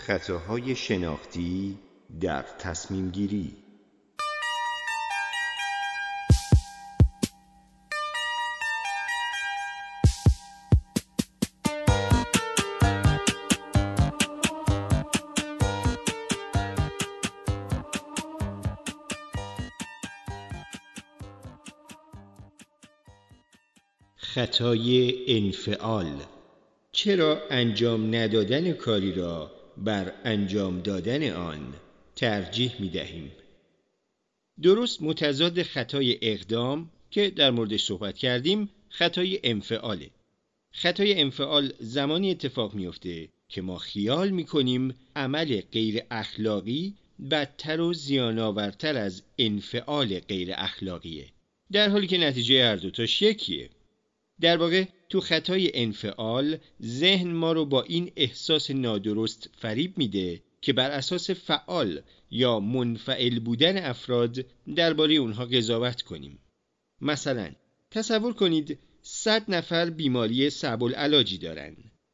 خطاهای شناختی در تصمیم گیری. خطای انفعال. چرا انجام ندادن کاری را بر انجام دادن آن ترجیح می دهیم؟ درست متضاد خطای اقدام که در موردش صحبت کردیم، خطای انفعاله. خطای انفعال زمانی اتفاق میفته که ما خیال میکنیم عمل غیر اخلاقی بدتر و زیان‌آورتر از انفعال غیر اخلاقیه، در حالی که نتیجه هر دوتاش یکیه. در واقع تو خطای انفعال ذهن ما رو با این احساس نادرست فریب میده که بر اساس فعال یا منفعل بودن افراد درباره اونها قضاوت کنیم. مثلا تصور کنید 100 نفر بیماری صعب العلاجی دارن.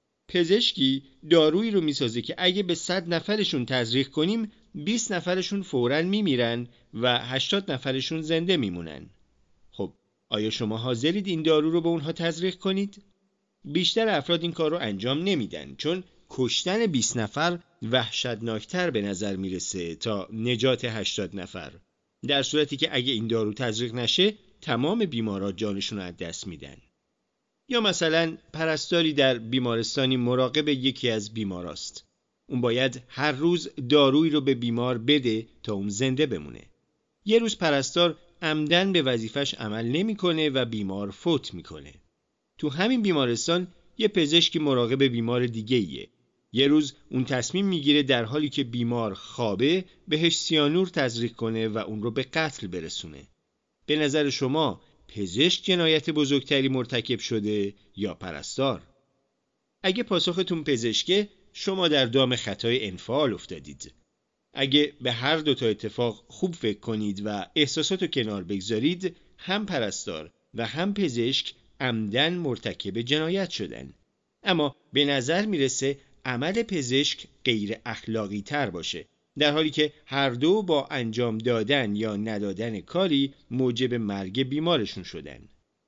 پزشکی دارویی رو میسازه که اگه به 100 نفرشون تزریق کنیم 20 نفرشون فوراً میمیرن و 80 نفرشون زنده میمونن. خب آیا شما حاضرید این دارو رو به اونها تزریق کنید؟ بیشتر افراد این کار رو انجام نمیدن، چون کشتن 20 نفر وحشتناکتر به نظر میرسه تا نجات 80 نفر. در صورتی که اگه این دارو تزریق نشه تمام بیمارا جانشون رو از دست میدن. یا مثلا پرستاری در بیمارستانی مراقب یکی از بیماراست. اون باید هر روز دارویی رو به بیمار بده تا اون زنده بمونه. یه روز پرستار عمدن به وظیفش عمل نمیکنه و بیمار فوت میکنه. تو همین بیمارستان یه پزشکی مراقب بیمار دیگه‌ایه. یه روز اون تصمیم میگیره در حالی که بیمار خوابه بهش سیانور تزریق کنه و اون رو به قتل برسونه. به نظر شما پزشک جنایت بزرگتری مرتکب شده یا پرستار؟ اگه پاسختون پزشکه، شما در دام خطای انفعال افتادید. اگه به هر دوتا اتفاق خوب فکر کنید و احساساتو کنار بگذارید، هم پرستار و هم پزشک عمدن مرتکب جنایت شدن. اما به نظر میرسه عمل پزشک غیر اخلاقی تر باشه، در حالی که هر دو با انجام دادن یا ندادن کاری موجب مرگ بیمارشون شدن.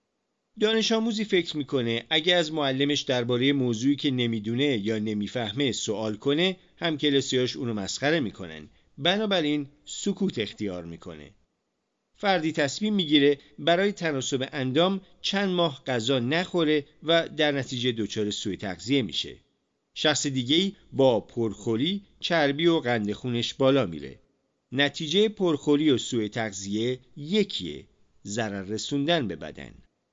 دانش آموزی فکر میکنه اگه از معلمش درباره موضوعی که نمیدونه یا نمیفهمه سوال کنه، همکلاسیاش اونو مسخره میکنن. بنابراین سکوت اختیار میکنه. فردی تصمیم میگیره برای تناسب اندام چند ماه غذا نخوره و در نتیجه دچار سوء تغذیه میشه. شخص دیگه‌ای با پرخوری چربی و قند خونش بالا میره. نتیجه پرخوری و سوء تغذیه یکیه: ضرر رسوندن به بدن.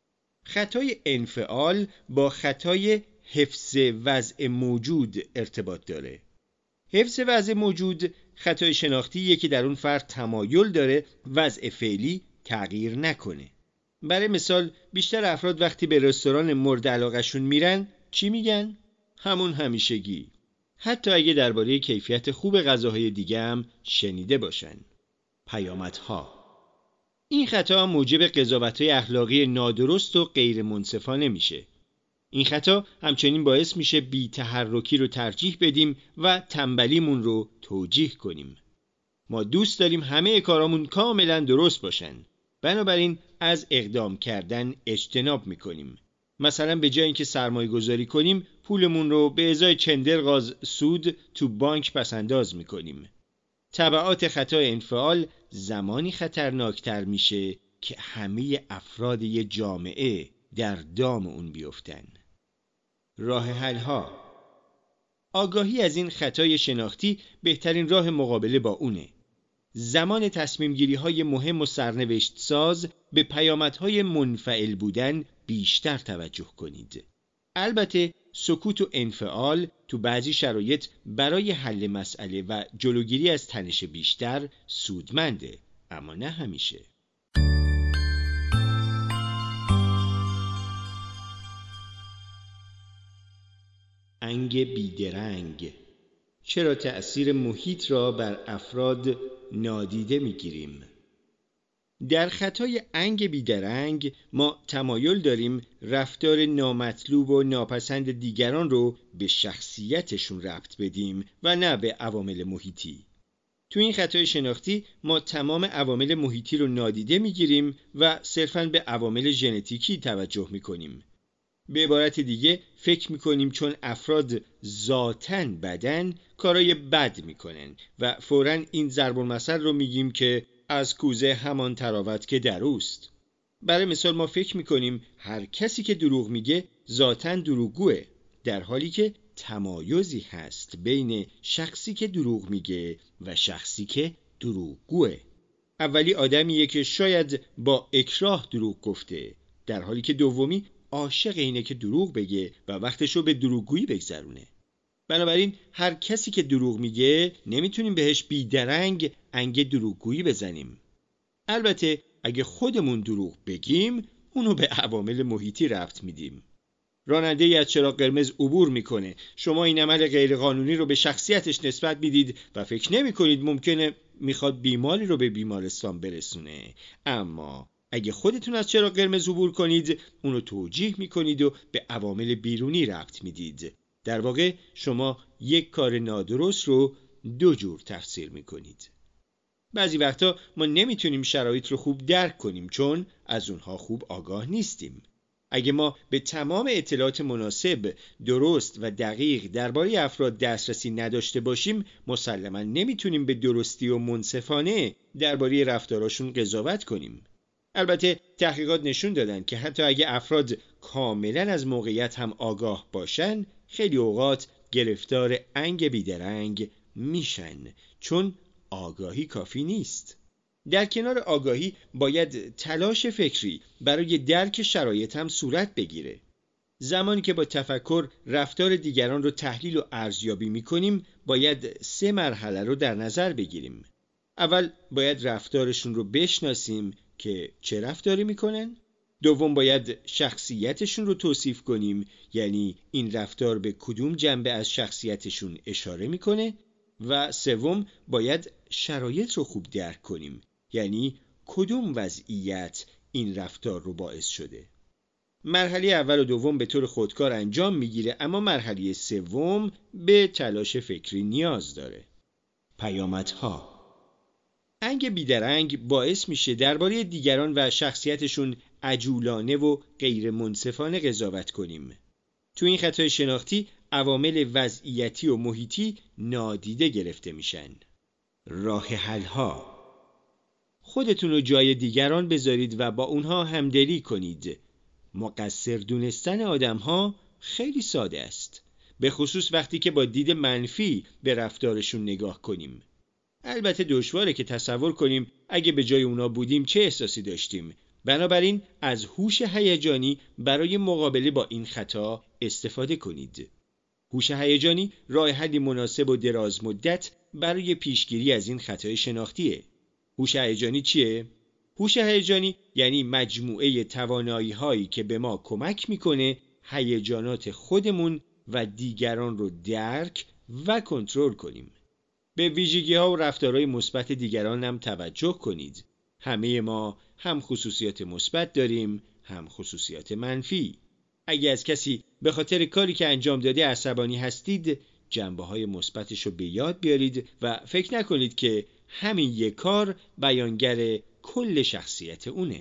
خطای انفعال با خطای حفظ وضع موجود ارتباط داره. حفظ وضع موجود خطای شناختیه که در اون فرد تمایل داره وضع فعلی تغییر نکنه. برای مثال بیشتر افراد وقتی به رستوران مورد علاقه‌شون میرن چی میگن؟ همون همیشگی، حتی اگه درباره کیفیت خوب غذاهای دیگه هم شنیده باشن. پیامدها: این خطا موجب قضاوت‌های اخلاقی نادرست و غیر منصفانه میشه. این خطا همچنین باعث میشه بی تحرکی رو ترجیح بدیم و تنبلیمون رو توجیه کنیم. ما دوست داریم همه کارامون کاملا درست باشن، بنابراین از اقدام کردن اجتناب میکنیم. مثلا به جای اینکه سرمایه گذاری کنیم، پولمون رو به ازای چندرغاز سود تو بانک پسنداز میکنیم. تبعات خطای انفعال زمانی خطرناکتر میشه که همه افراد یه جامعه در دام اون بیفتن. راه حل‌ها: آگاهی از این خطای شناختی بهترین راه مقابله با اونه. زمان تصمیم گیری های مهم و سرنوشت ساز به پیامدهای منفعل بودن بیشتر توجه کنید. البته سکوت و انفعال تو بعضی شرایط برای حل مسئله و جلوگیری از تنش بیشتر سودمنده، اما نه همیشه. انگ بیدرنگ: چرا تأثیر محیط را بر افراد نادیده میگیریم؟ در خطای انگ بیدرنگ ما تمایل داریم رفتار نامطلوب و ناپسند دیگران رو به شخصیتشون ربط بدیم و نه به عوامل محیطی. تو این خطای شناختی ما تمام عوامل محیطی رو نادیده میگیریم و صرفاً به عوامل ژنتیکی توجه میکنیم. به عبارت دیگه فکر میکنیم چون افراد ذاتاً بدن کارای بد میکنن و فوراً این ضرب المثل رو میگیم که از کوزه همان تراوت که در اوست. برای مثال ما فکر میکنیم هر کسی که دروغ میگه ذاتاً دروغگوه، در حالی که تمایزی هست بین شخصی که دروغ میگه و شخصی که دروغگوه. اولی آدمیه که شاید با اکراه دروغ گفته، در حالی که دومی عاشق اینه که دروغ بگه و وقتشو به دروغگویی بگذرونه. بنابراین هر کسی که دروغ میگه نمیتونیم بهش بیدرنگ انگ دروغگویی بزنیم. البته اگه خودمون دروغ بگیم اونو به عوامل محیطی ربط میدیم. راننده‌ای از چراغ قرمز عبور میکنه. شما این عمل غیرقانونی رو به شخصیتش نسبت میدید و فکر نمیکنید ممکنه میخواد بیماری رو به بیمارستان برسونه. اما اگه خودتون از چراغ قرمز عبور کنید اونو توجیه میکنید و به عوامل بیرونی ربط میدید. در واقع شما یک کار نادرست رو دو جور تفسیر میکنید. بعضی وقتا ما نمیتونیم شرایط رو خوب درک کنیم چون از اونها خوب آگاه نیستیم. اگه ما به تمام اطلاعات مناسب، درست و دقیق درباره افراد دسترسی نداشته باشیم، مسلماً نمیتونیم به درستی و منصفانه درباره رفتاراشون قضاوت کنیم. البته تحقیقات نشون دادن که حتی اگه افراد کاملاً از موقعیت هم آگاه باشن، خیلی اوقات گرفتار انگ بیدرنگ میشن، چون آگاهی کافی نیست. در کنار آگاهی باید تلاش فکری برای درک شرایط هم صورت بگیره. زمانی که با تفکر رفتار دیگران رو تحلیل و ارزیابی میکنیم باید 3 مرحله رو در نظر بگیریم. اول باید رفتارشون رو بشناسیم که چه رفتاری میکنن. دوم باید شخصیتشون رو توصیف کنیم، یعنی این رفتار به کدوم جنبه از شخصیتشون اشاره میکنه. و سوم باید شرایط رو خوب درک کنیم، یعنی کدوم وضعیت این رفتار رو باعث شده. مرحله اول و دوم به طور خودکار انجام میگیره، اما مرحله سوم به تلاش فکری نیاز داره. پیامدها: انگ بیدرنگ باعث میشه درباره دیگران و شخصیتشون عجولانه و غیر منصفانه قضاوت کنیم. تو این خطای شناختی عوامل وضعیتی و محیطی نادیده گرفته میشن. راه حل‌ها: خودتون رو جای دیگران بذارید و با اونها همدلی کنید. مقصر دونستن آدم‌ها خیلی ساده است، به خصوص وقتی که با دید منفی به رفتارشون نگاه کنیم. البته دشواره که تصور کنیم اگه به جای اونا بودیم چه احساسی داشتیم. بنابراین از هوش هیجانی برای مقابله با این خطا استفاده کنید. هوش هیجانی راه حلی مناسب و دراز مدت برای پیشگیری از این خطای شناختیه. هوش هیجانی چیه؟ هوش هیجانی یعنی مجموعه توانایی‌هایی که به ما کمک میکنه هیجانات خودمون و دیگران رو درک و کنترل کنیم. به ویژگی‌ها و رفتارهای مثبت دیگران هم توجه کنید. همه ما هم خصوصیات مثبت داریم، هم خصوصیات منفی. اگه از کسی به خاطر کاری که انجام داده عصبانی هستید، جنبه‌های مثبتش رو به یاد بیارید و فکر نکنید که همین یک کار بیانگر کل شخصیت اونه.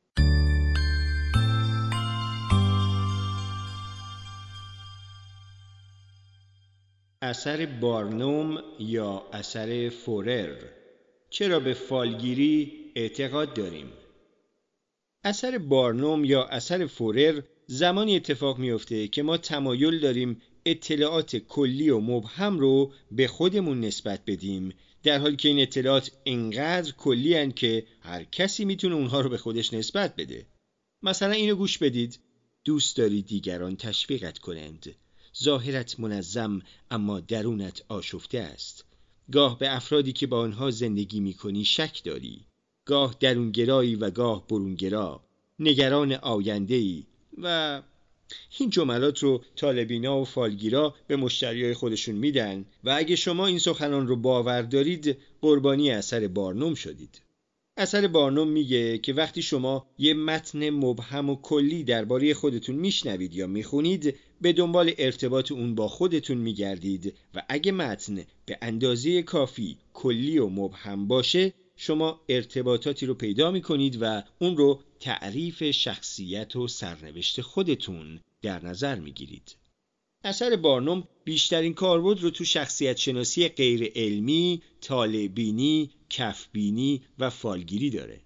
اثر بارنوم یا اثر فورر. چرا به فالگیری اعتقاد داریم؟ اثر بارنوم یا اثر فورر زمانی اتفاق میفته که ما تمایل داریم اطلاعات کلی و مبهم رو به خودمون نسبت بدیم، در حالی که این اطلاعات انقدر کلی هن که هر کسی میتونه اونها رو به خودش نسبت بده. مثلا اینو گوش بدید: دوست داری دیگران تشویقت کنند. ظاهرت منظم اما درونت آشفته است. گاه به افرادی که با آنها زندگی میکنی شک داری. گاه درونگرایی و گاه برونگرا. نگران آینده‌ای. و این جملات رو طالبینا و فالگیرا به مشتریای خودشون میدن و اگه شما این سخنان رو باور دارید قربانی اثر بارنوم شدید. اثر بارنوم میگه که وقتی شما یه متن مبهم و کلی درباره خودتون میشنوید یا میخونید، به دنبال ارتباط اون با خودتون میگردید و اگه متن به اندازه کافی کلی و مبهم باشه، شما ارتباطاتی رو پیدا میکنید و اون رو تعریف شخصیت و سرنوشت خودتون در نظر میگیرید. اثر بارنوم بیشترین کاربرد رو تو شخصیت شناسی غیر علمی، طالع‌بینی، کف‌بینی و فالگیری داره.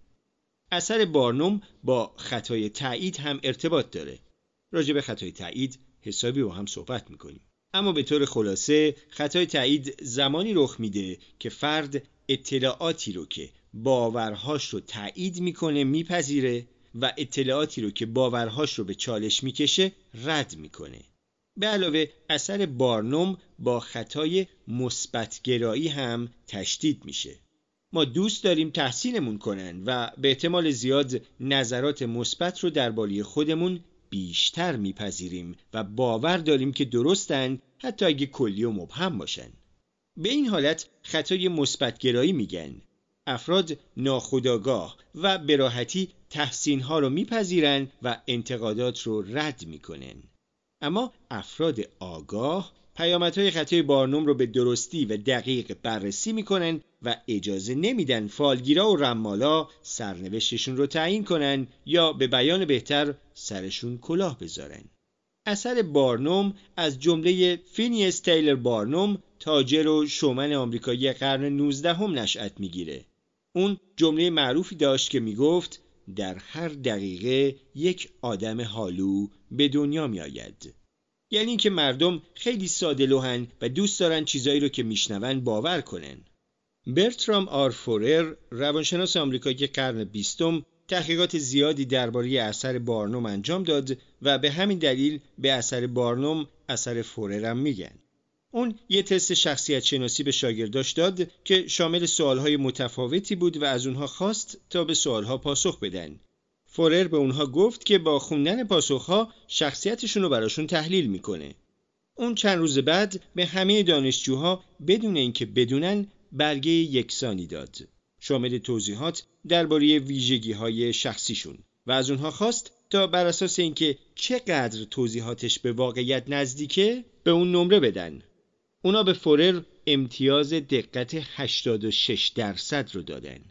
اثر بارنوم با خطای تایید هم ارتباط داره. راجع به خطای تایید حسابی با هم صحبت میکنیم. اما به طور خلاصه خطای تایید زمانی رخ میده که فرد اطلاعاتی رو که باورهاش رو تایید میکنه میپذیره و اطلاعاتی رو که باورهاش رو به چالش میکشه رد میکنه. به علاوه اثر بارنوم با خطای مثبت‌گرایی هم تشدید میشه. ما دوست داریم تحسینمون کنن و به احتمال زیاد نظرات مثبت رو درباره خودمون بیشتر میپذیریم و باور داریم که درستن، حتی اگه کلی و مبهم باشن. به این حالت خطای مثبت‌گرایی میگن. افراد ناخودآگاه و به راحتی تحسین‌ها رو میپذیرن و انتقادات رو رد میکنن. اما افراد آگاه پیامدهای خطای بارنوم رو به درستی و دقیق بررسی میکنن و اجازه نمیدن فالگیرا و رمالا سرنوشتشون رو تعیین کنن یا به بیان بهتر سرشون کلاه بذارن. اثر بارنوم از جمله فینیس تیلر بارنوم، تاجر و شومن آمریکایی قرن 19 هم نشأت میگیره. اون جمله معروفی داشت که میگفت در هر دقیقه یک آدم حالو به دنیا می آید. یعنی که مردم خیلی ساده لوحن و دوست دارن چیزایی رو که میشنون باور کنن. برترام آر فورر، روانشناس آمریکایی قرن 20، تحقیقات زیادی درباره اثر بارنوم انجام داد و به همین دلیل به اثر بارنوم اثر فورر هم میگن. اون یه تست شخصیت شناسی به شاگرداش داد که شامل سوالهای متفاوتی بود و از اونها خواست تا به سوالها پاسخ بدن. فورر به اونها گفت که با خوندن پاسخها شخصیتشون رو براشون تحلیل میکنه. اون چند روز بعد به همه دانشجوها بدون اینکه بدونن برگه یکسانی داد، شامل توضیحات درباره ویژگی‌های شخصیشون، و از اونها خواست تا بر اساس اینکه چقدر توضیحاتش به واقعیت نزدیکه به اون نمره بدن. اونا به فورر امتیاز دقت 86% رو دادن.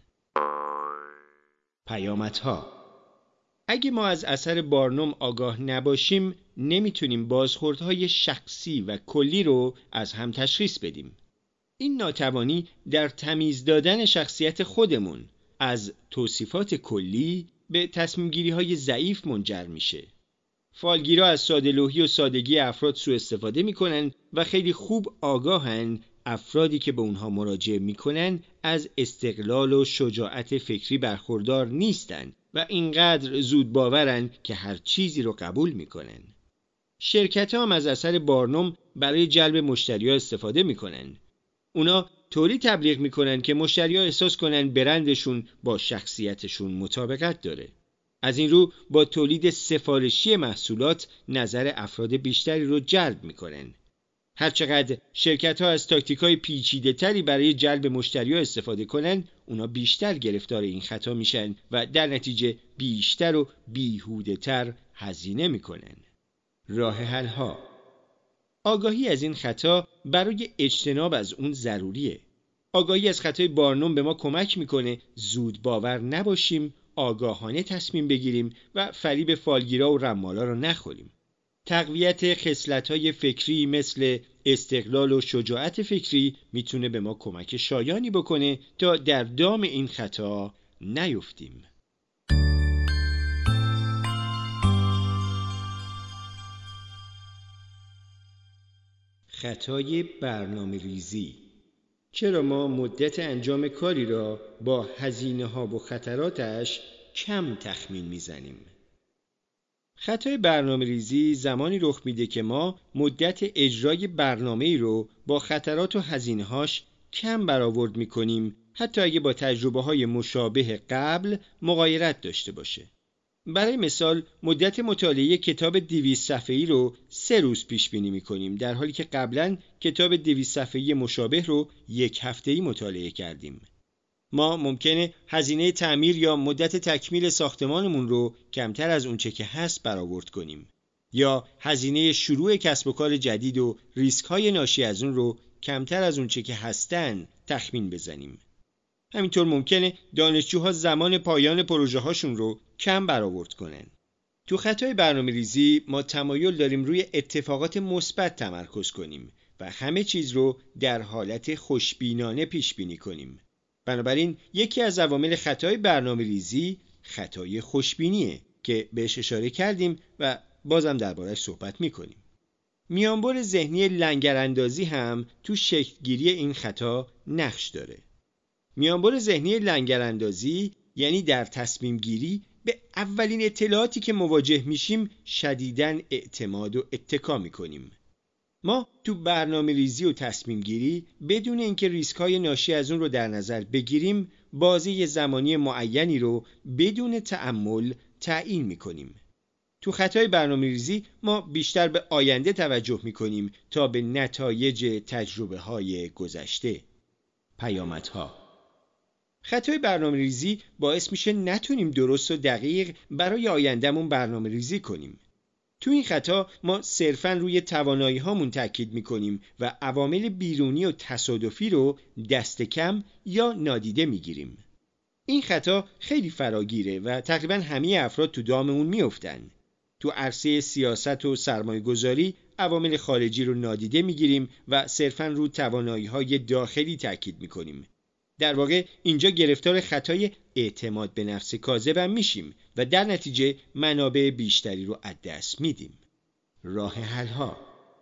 پیامدها: اگه ما از اثر بارنوم آگاه نباشیم، نمیتونیم بازخوردهای شخصی و کلی رو از هم تشخیص بدیم. این ناتوانی در تمیز دادن شخصیت خودمون از توصیفات کلی به تصمیم‌گیری‌های ضعیف منجر میشه. فالگیرا از ساده‌لوحی و سادگی افراد سوء استفاده میکنن و خیلی خوب آگاهن افرادی که به اونها مراجعه میکنن از استقلال و شجاعت فکری برخوردار نیستن و اینقدر زود باورن که هر چیزی رو قبول میکنن. شرکت‌ها هم از اثر بارنوم برای جلب مشتری‌ها استفاده میکنن. اونا طوری تبلیغ میکنن که مشتری‌ها احساس کنن برندشون با شخصیتشون مطابقت داره. از این رو با تولید سفارشی محصولات نظر افراد بیشتری رو جلب میکنن. هرچقدر شرکت‌ها از تاکتیک‌های پیچیده‌تری برای جلب مشتری‌ها استفاده کنن، اونا بیشتر گرفتار این خطا میشن و در نتیجه بیشتر و بیهوده‌تر هزینه میکنن. راه حل‌ها: آگاهی از این خطا برای اجتناب از اون ضروریه. آگاهی از خطای بارنوم به ما کمک میکنه زود باور نباشیم، آگاهانه تصمیم بگیریم و فریب فالگیرا و رمالا رو نخوریم. تقویت خصلت‌های فکری مثل استقلال و شجاعت فکری میتونه به ما کمک شایانی بکنه تا در دام این خطا نیفتیم. خطای برنامه ریزی. چرا ما مدت انجام کاری را با هزینه‌ها و خطراتش کم تخمین میزنیم؟ خطای برنامه ریزی زمانی رخ میده که ما مدت اجرای برنامه‌ای رو با خطرات و هزینه‌هاش کم برآورد میکنیم، حتی اگه با تجربه‌های مشابه قبل مغایرت داشته باشه. برای مثال مدت مطالعه کتاب 200 صفحه‌ای رو 3 روز پیش بینی می‌کنیم، در حالی که قبلاً کتاب 200 صفحه‌ای مشابه رو 1 هفته‌ای مطالعه کردیم. ما ممکنه هزینه تعمیر یا مدت تکمیل ساختمانمون رو کمتر از اونچه که هست برآورد کنیم، یا هزینه شروع کسب و کار جدید و ریسک‌های ناشی از اون رو کمتر از اونچه که هستن تخمین بزنیم. همینطور ممکنه دانشجوها زمان پایان پروژه هاشون رو کم برآورد کنن. تو خطای برنامه‌ریزی ما تمایل داریم روی اتفاقات مثبت تمرکز کنیم و همه چیز رو در حالت خوشبینانه پیش بینی کنیم. بنابراین یکی از عوامل خطای برنامه‌ریزی خطای خوشبینیه که بهش اشاره کردیم و بازم درباره‌اش صحبت می‌کنیم. میانبر ذهنی لنگراندازی هم تو شکل‌گیری این خطا نقش داره. میانبر ذهنی لنگراندازی یعنی در تصمیم گیری به اولین اطلاعاتی که مواجه میشیم شدیداً اعتماد و اتکا میکنیم. ما تو برنامه ریزی و تصمیم گیری بدون اینکه ریسک های ناشی از اون رو در نظر بگیریم بازه زمانی معینی رو بدون تأمل تعیین میکنیم. تو خطای برنامه ریزی ما بیشتر به آینده توجه میکنیم تا به نتایج تجربه های گذشته. پیامدها: خطای برنامه‌ریزی باعث میشه نتونیم درست و دقیق برای آیندهمون برنامه‌ریزی کنیم. تو این خطا ما صرفاً روی توانایی‌هامون تاکید میکنیم و عوامل بیرونی و تصادفی رو دست کم یا نادیده میگیریم. این خطا خیلی فراگیره و تقریباً همه افراد تو دام اون میافتن. تو عرصه سیاست و سرمایه‌گذاری عوامل خارجی رو نادیده میگیریم و صرفاً رو توانایی‌های داخلی تاکید میکنیم. در واقع اینجا گرفتار خطای اعتماد به نفس کاذب هم میشیم و در نتیجه منابع بیشتری رو از دست میدیم. راه حل‌ها: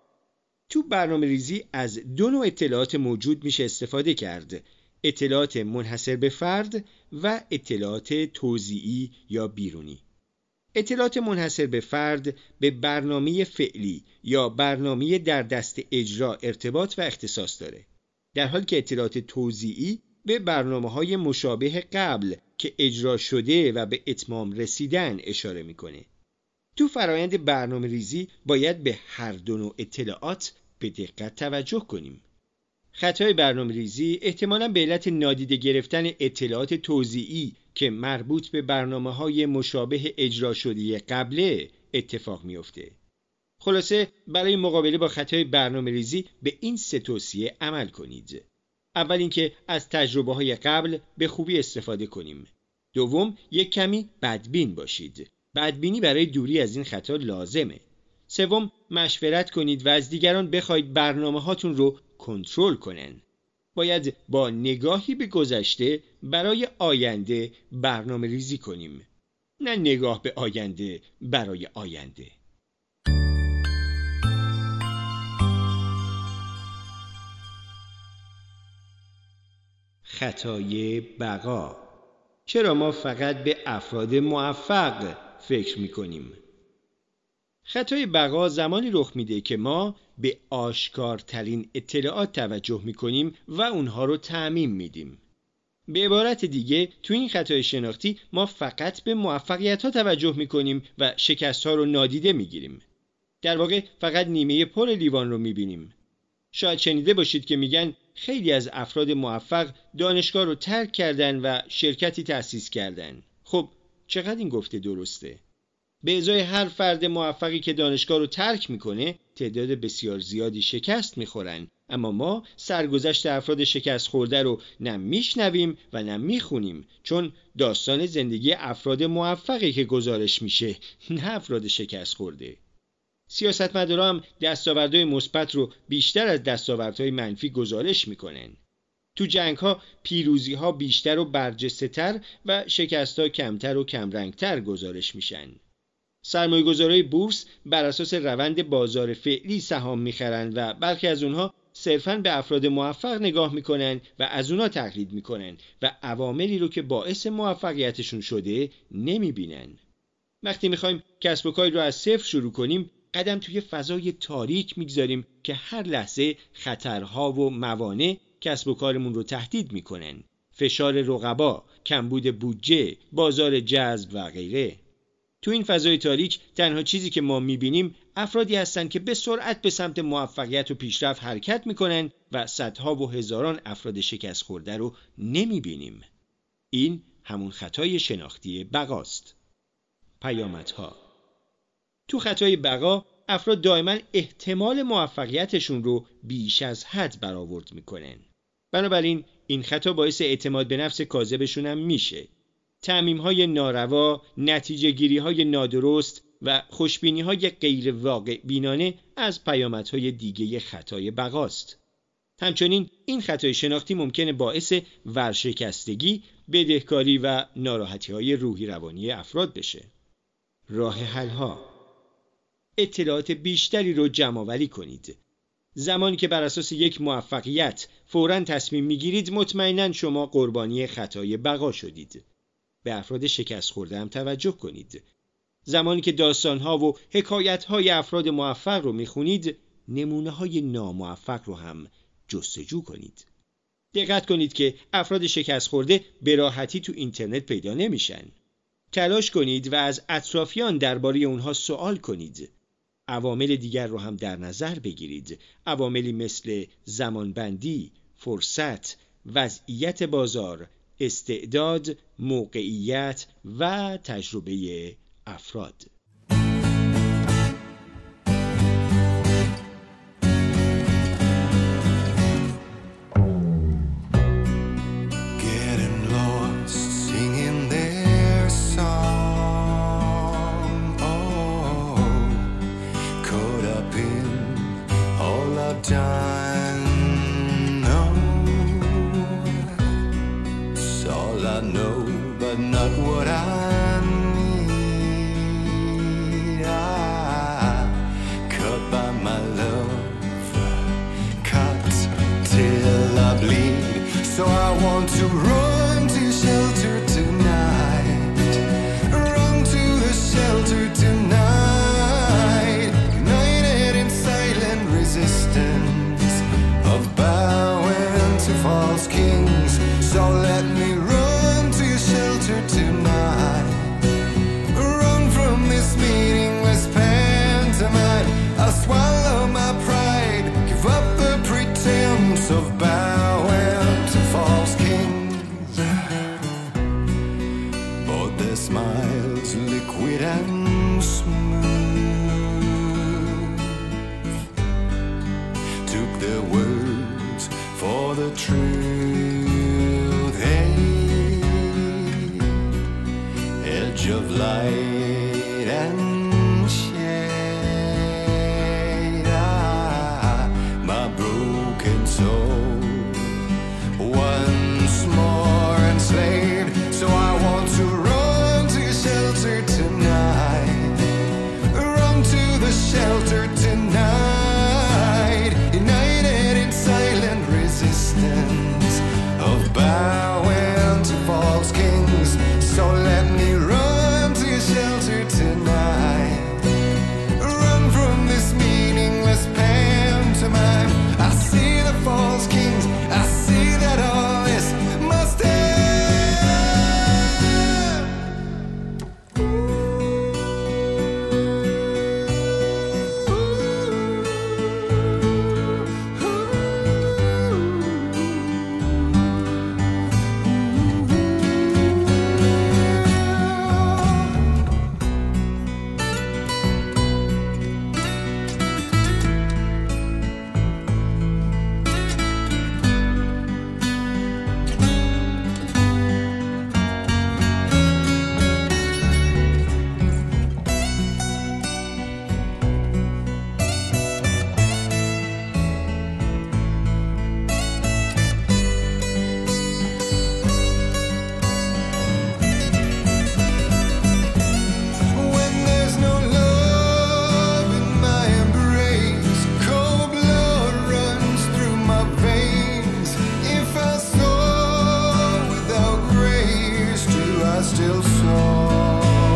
تو برنامه‌ریزی از دو نوع اطلاعات موجود میشه استفاده کرد: اطلاعات منحصر به فرد و اطلاعات توزیعی یا بیرونی. اطلاعات منحصر به فرد به برنامه فعلی یا برنامه در دست اجرا ارتباط و اختصاص داره، در حالی که اطلاعات توزیعی به برنامه‌های مشابه قبل که اجرا شده و به اتمام رسیدن اشاره میکنه. تو فرایند برنامه‌ریزی باید به هر دو نوع اطلاعات به دقت توجه کنیم. خطای برنامه‌ریزی احتمالاً به علت نادیده گرفتن اطلاعات توزیعی که مربوط به برنامه‌های مشابه اجرا شده قبله اتفاق میفته. خلاصه برای مقابله با خطای برنامه‌ریزی به این سه توصیه عمل کنید. اول اینکه از تجربه‌های قبل به خوبی استفاده کنیم. دوم، یک کمی بدبین باشید. بدبینی برای دوری از این خطا لازمه. سوم، مشورت کنید و از دیگران بخواید برنامه‌هاتون رو کنترل کنن. باید با نگاهی به گذشته برای آینده برنامه‌ریزی کنیم، نه نگاه به آینده برای آینده. خطای بقا: چرا ما فقط به افراد موفق فکر می‌کنیم؟ خطای بقا زمانی رخ میده که ما به آشکارترین اطلاعات توجه می‌کنیم و اونها رو تعمیم میدیم. به عبارت دیگه تو این خطای شناختی ما فقط به موفقیت‌ها توجه می‌کنیم و شکست‌ها رو نادیده می‌گیریم. در واقع فقط نیمه پر لیوان رو می‌بینیم. شاید شنیده باشید که میگن خیلی از افراد موفق دانشگاه رو ترک کردن و شرکتی تأسیس کردن. خب چقدر این گفته درسته؟ به ازای هر فرد موفقی که دانشگاه رو ترک میکنه تعداد بسیار زیادی شکست میخورن، اما ما سرگذشت افراد شکست خورده رو نه میشنویم و نه میخونیم، چون داستان زندگی افراد موفقی که گزارش میشه، نه افراد شکست خورده. سیاستمدارا هم دستاوردهای مثبت رو بیشتر از دستاوردهای منفی گزارش میکنن. تو جنگ‌ها پیروزی‌ها بیشتر و برجسته‌تر و شکست‌ها کمتر و کمرنگتر گزارش میشن. سرمایه‌گذارای بورس بر اساس روند بازار فعلی سهام میخرن و برخی از اونها صرفاً به افراد موفق نگاه میکنن و از اونها تقلید میکنن و عواملی رو که باعث موفقیتشون شده نمیبینن. وقتی میخوایم کسب و کاری رو از صفر شروع کنیم، قدم توی فضای تاریک میگذاریم که هر لحظه خطرها و موانع کسب و کارمون رو تهدید میکنن. فشار رقبا، کمبود بودجه، بازار جذب و غیره. تو این فضای تاریک تنها چیزی که ما میبینیم افرادی هستن که به سرعت به سمت موفقیت و پیشرفت حرکت میکنن و صدها و هزاران افراد شکست خورده رو نمیبینیم. این همون خطای شناختی بقاست. پیامدها: تو خطای بقا افراد دائما احتمال موفقیتشون رو بیش از حد برآورد میکنن. بنابراین این خطا باعث اعتماد به نفس کاذبشون هم میشه. تعمیم‌های ناروا، نتیجه‌گیری‌های نادرست و خوشبینی‌های غیر واقع بینانه از پیامدهای دیگه خطای بقاست. همچنین این خطای شناختی ممکنه باعث ورشکستگی، بدهکاری و ناراحتی‌های روحی روانی افراد بشه. راه حل‌ها: اطلاعات بیشتری رو جمع‌آوری کنید. زمانی که بر اساس یک موفقیت فوراً تصمیم می‌گیرید، مطمئناً شما قربانی خطای بقا شدید. به افراد شکست خورده هم توجه کنید. زمانی که داستان‌ها و حکایت‌های افراد موفق رو می‌خونید، نمونه‌های ناموفق رو هم جستجو کنید. دقت کنید که افراد شکست خورده به راحتی تو اینترنت پیدا نمیشن. تلاش کنید و از اطرافیان درباره اونها سوال کنید. عوامل دیگر رو هم در نظر بگیرید. عواملی مثل زمانبندی، فرصت، وضعیت بازار، استعداد، موقعیت و تجربه افراد. So I want to run to shelter tonight. Run to the shelter tonight. United in silent resistance of bowing to false kings. So let me run to your shelter tonight. Run from this meaningless pantomime. I'll swallow my pride. Give up the pretense of bowing to false kings. But their smiles liquid and smooth took their words for the truth. Hey, edge of light and shade. My broken soul once more enslaved. So I want to run to your shelter tonight. Run to the shelter tonight. United in silent resistance of bowing to false kings. So let me run to your shelter tonight. Run from this meaningless pantomime. I see the false kings. I see that all this must end. When there's no love in my embrace, cold blood runs through my veins. If I soar without grace, do I still soar?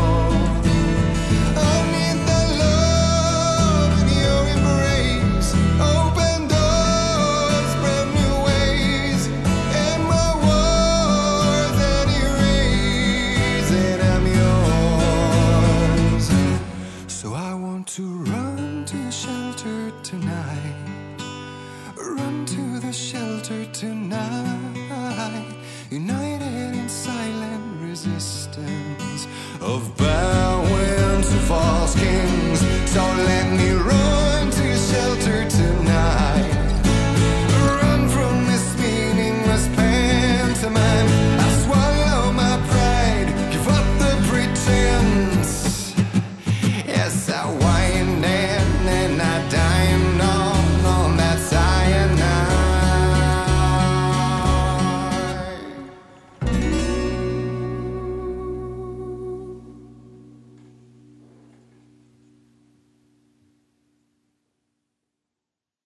I need the love in your embrace. Open doors, brand new ways, and my wars and erase, and I'm yours. So I want to run to your shelter tonight. run to the shelter tonight, united in silent resistance of bowing to false kings.